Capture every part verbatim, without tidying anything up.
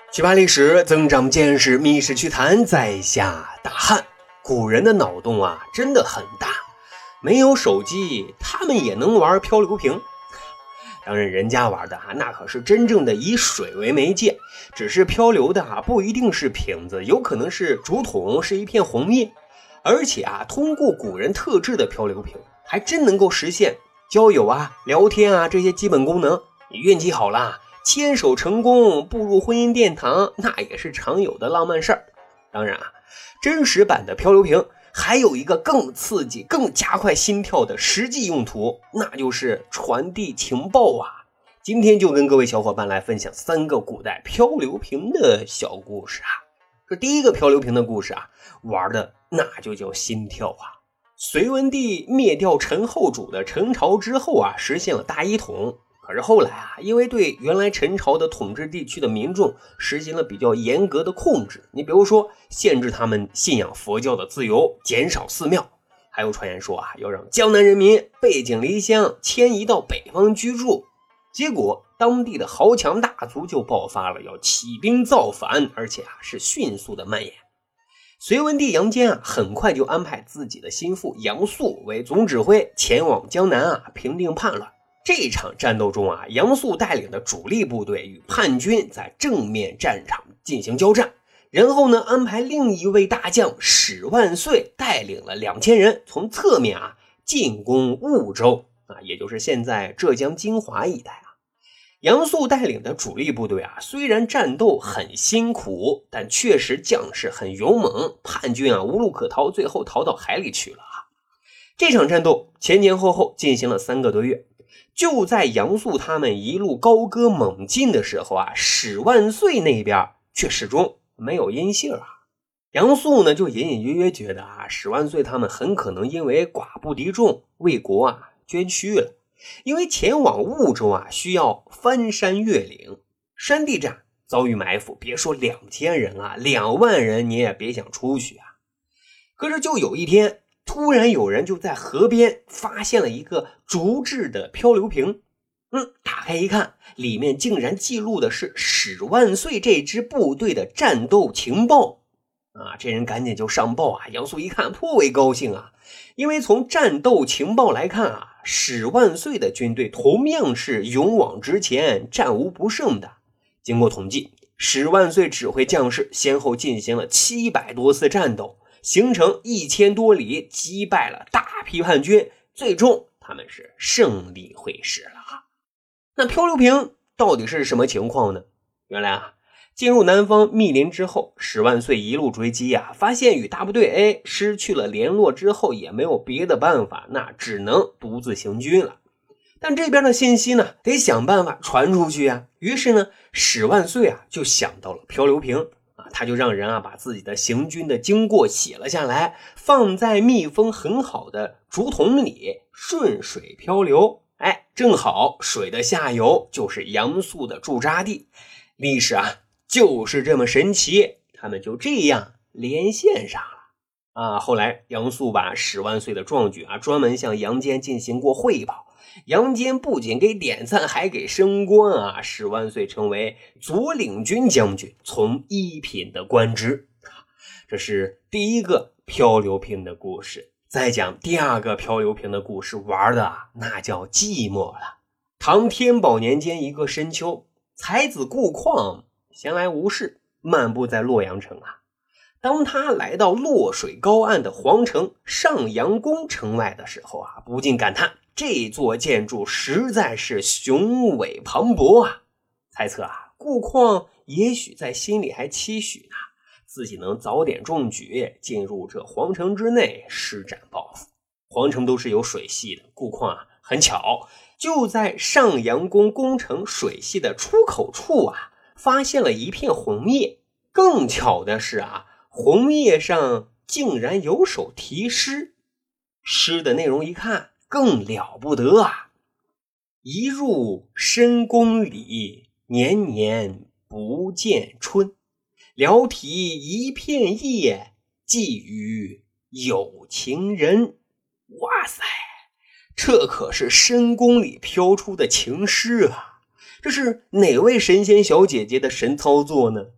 去扒历史，增长见识，密室趣谈，在下大汉。古人的脑洞啊，真的很大。没有手机，他们也能玩漂流瓶。当然，人家玩的啊，那可是真正的以水为媒介，只是漂流的啊，不一定是瓶子，有可能是竹筒，是一片红叶。而且啊，通过古人特制的漂流瓶，还真能够实现交友啊、聊天啊这些基本功能。你运气好啦，牵手成功，步入婚姻殿堂，那也是常有的浪漫事儿。当然啊，真实版的漂流瓶还有一个更刺激、更加快心跳的实际用途，那就是传递情报啊。今天就跟各位小伙伴来分享三个古代漂流瓶的小故事啊。这第一个漂流瓶的故事啊，玩的那就叫心跳啊。隋文帝灭掉陈后主的陈朝之后啊，实现了大一统。可是后来啊，因为对原来陈朝的统治地区的民众实行了比较严格的控制，你比如说限制他们信仰佛教的自由，减少寺庙，还有传言说啊，要让江南人民背井离乡，迁移到北方居住。结果当地的豪强大族就爆发了要起兵造反，而且啊是迅速的蔓延。隋文帝杨坚啊，很快就安排自己的心腹杨素为总指挥，前往江南啊平定叛乱。这场战斗中啊，杨素带领的主力部队与叛军在正面战场进行交战，然后呢，安排另一位大将史万岁带领了两千人从侧面啊进攻婺州啊，也就是现在浙江金华一带啊。杨素带领的主力部队啊，虽然战斗很辛苦，但确实将士很勇猛，叛军啊无路可逃，最后逃到海里去了啊。这场战斗前前后后进行了三个多月。就在杨素他们一路高歌猛进的时候啊，史万岁那边却始终没有音信啊。杨素呢就隐隐约约觉得啊，史万岁他们很可能因为寡不敌众，为国啊捐躯了。因为前往婺州啊需要翻山越岭，山地战遭遇埋伏，别说两千人啊，两万人你也别想出去啊。可是就有一天，突然有人就在河边发现了一个竹制的漂流瓶，嗯，打开一看，里面竟然记录的是史万岁这支部队的战斗情报啊！这人赶紧就上报啊，杨素一看颇为高兴啊，因为从战斗情报来看啊，史万岁的军队同样是勇往直前，战无不胜的。经过统计，史万岁指挥将士先后进行了七百多次战斗，行程一千多里，击败了大批叛军，最终他们是胜利会师了啊。那漂流瓶到底是什么情况呢？原来啊，进入南方密林之后，史万岁一路追击啊，发现与大部队哎失去了联络之后，也没有别的办法，那只能独自行军了。但这边的信息呢，得想办法传出去啊。于是呢，史万岁啊就想到了漂流瓶。他就让人啊把自己的行军的经过写了下来，放在密封很好的竹筒里，顺水漂流。哎，正好水的下游就是杨素的驻扎地。历史啊就是这么神奇，他们就这样连线上了啊。后来杨素把史万岁的壮举啊专门向杨坚进行过汇报，杨坚不仅给点赞，还给升官啊！史万岁成为左领军将军，从一品的官职。这是第一个漂流瓶的故事。再讲第二个漂流瓶的故事，玩的那叫寂寞了。唐天宝年间一个深秋，才子顾况闲来无事，漫步在洛阳城啊。当他来到落水高岸的皇城上阳宫城外的时候啊，不禁感叹，这座建筑实在是雄伟磅礴啊！猜测啊，顾况也许在心里还期许呢，自己能早点中举，进入这皇城之内施展抱负。皇城都是有水系的，顾况啊很巧，就在上阳宫宫城水系的出口处啊，发现了一片红叶。更巧的是啊，红叶上竟然有首题诗，诗的内容一看更了不得啊！一入深宫里，年年不见春。聊题一片叶，寄予有情人。哇塞，这可是深宫里飘出的情诗啊！这是哪位神仙小姐姐的神操作呢？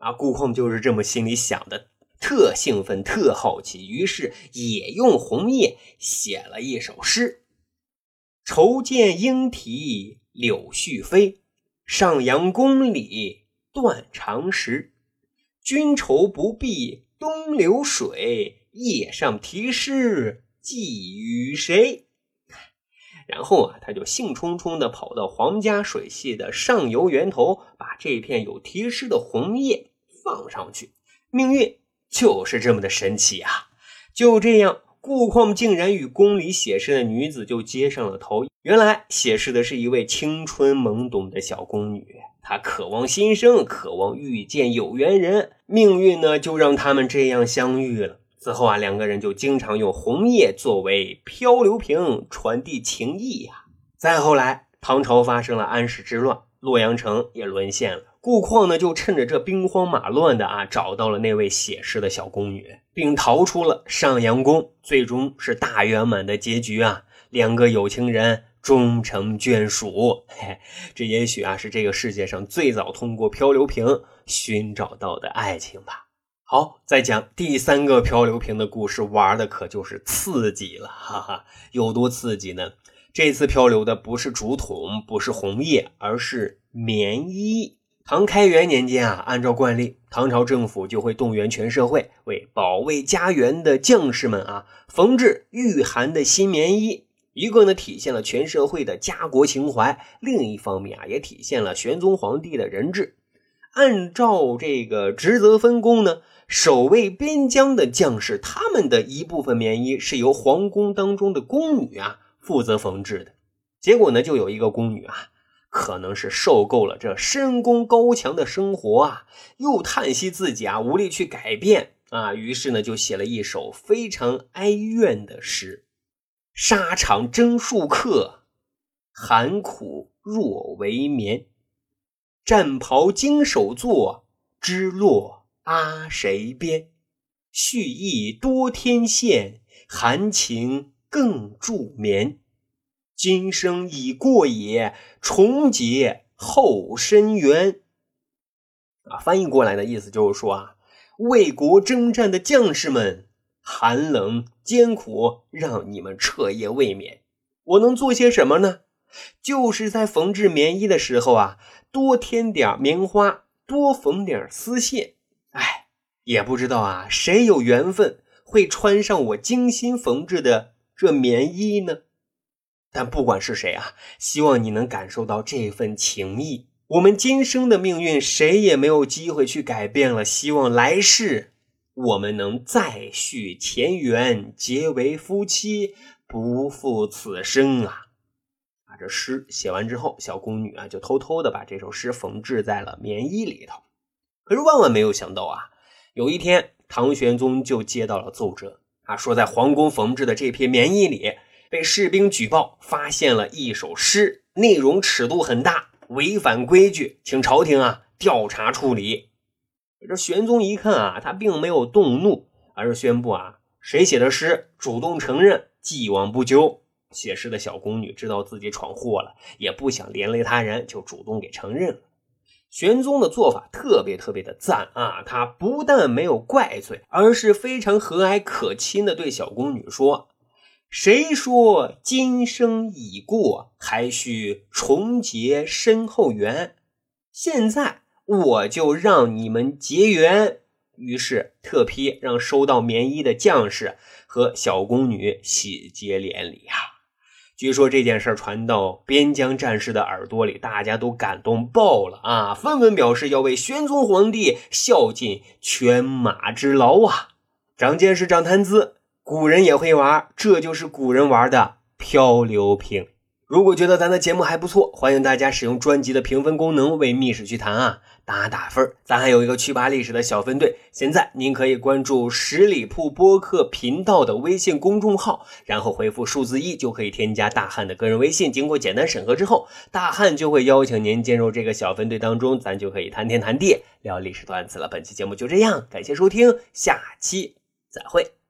啊，顾况就是这么心里想的，特兴奋特好奇，于是也用红叶写了一首诗：愁见莺啼柳絮飞，上阳宫里断肠时。君愁不避东流水，夜上题诗寄与谁？然后啊，他就兴冲冲地跑到皇家水系的上游源头，把这片有题诗的红叶放上去。命运就是这么的神奇啊！就这样，顾况竟然与宫里写诗的女子就接上了头。原来写诗的是一位青春懵懂的小宫女，她渴望新生，渴望遇见有缘人。命运呢，就让他们这样相遇了。此后啊，两个人就经常用红叶作为漂流瓶传递情谊啊。再后来，唐朝发生了安史之乱，洛阳城也沦陷了。顾况呢，就趁着这兵荒马乱的啊，找到了那位写诗的小宫女，并逃出了上阳宫，最终是大圆满的结局啊！两个有情人终成眷属，嘿，这也许啊是这个世界上最早通过漂流瓶寻找到的爱情吧。好，再讲第三个漂流瓶的故事，玩的可就是刺激了，哈哈，有多刺激呢？这次漂流的不是竹筒，不是红叶，而是棉衣。唐开元年间啊，按照惯例，唐朝政府就会动员全社会为保卫家园的将士们啊缝制御寒的新棉衣。一个呢体现了全社会的家国情怀，另一方面啊也体现了玄宗皇帝的人治。按照这个职责分工呢，守卫边疆的将士，他们的一部分棉衣是由皇宫当中的宫女啊负责缝制的。结果呢，就有一个宫女啊，可能是受够了这深宫高墙的生活啊，又叹息自己啊无力去改变啊，于是呢就写了一首非常哀怨的诗：沙场征戍客，寒苦若为眠。战袍经手作，枝落阿谁边？蓄意多天线，含情更助眠。今生已过也，重结后生缘。啊，翻译过来的意思就是说啊，为国征战的将士们，寒冷艰苦让你们彻夜未眠。我能做些什么呢？就是在缝制棉衣的时候啊，多添点棉花，多缝点丝线。哎，也不知道啊，谁有缘分会穿上我精心缝制的这棉衣呢？但不管是谁啊，希望你能感受到这份情谊。我们今生的命运谁也没有机会去改变了，希望来世我们能再续前缘，结为夫妻，不负此生啊！啊，这诗写完之后，小宫女啊就偷偷的把这首诗缝制在了棉衣里头。可是万万没有想到啊，有一天唐玄宗就接到了奏折啊，说在皇宫缝制的这片棉衣里被士兵举报发现了一首诗，内容尺度很大，违反规矩，请朝廷啊调查处理。这玄宗一看啊，他并没有动怒，而是宣布啊，谁写的诗主动承认，既往不咎。写诗的小宫女知道自己闯祸了，也不想连累他人，就主动给承认了。玄宗的做法特别特别的赞啊，他不但没有怪罪，而是非常和蔼可亲的对小宫女说，谁说今生已过，还需重结身后缘？现在我就让你们结缘。于是特批让收到棉衣的将士和小宫女喜结连理啊。据说这件事传到边疆战士的耳朵里，大家都感动爆了啊，纷纷表示要为玄宗皇帝效尽犬马之劳啊。长见识长谈资，古人也会玩，这就是古人玩的漂流瓶。如果觉得咱的节目还不错，欢迎大家使用专辑的评分功能为密室趣谈啊打打分。咱还有一个趣扒历史的小分队，现在您可以关注十里铺播客频道的微信公众号，然后回复数字一就可以添加大汉的个人微信。经过简单审核之后，大汉就会邀请您进入这个小分队当中，咱就可以谈天谈地聊历史段子了。本期节目就这样，感谢收听，下期再会。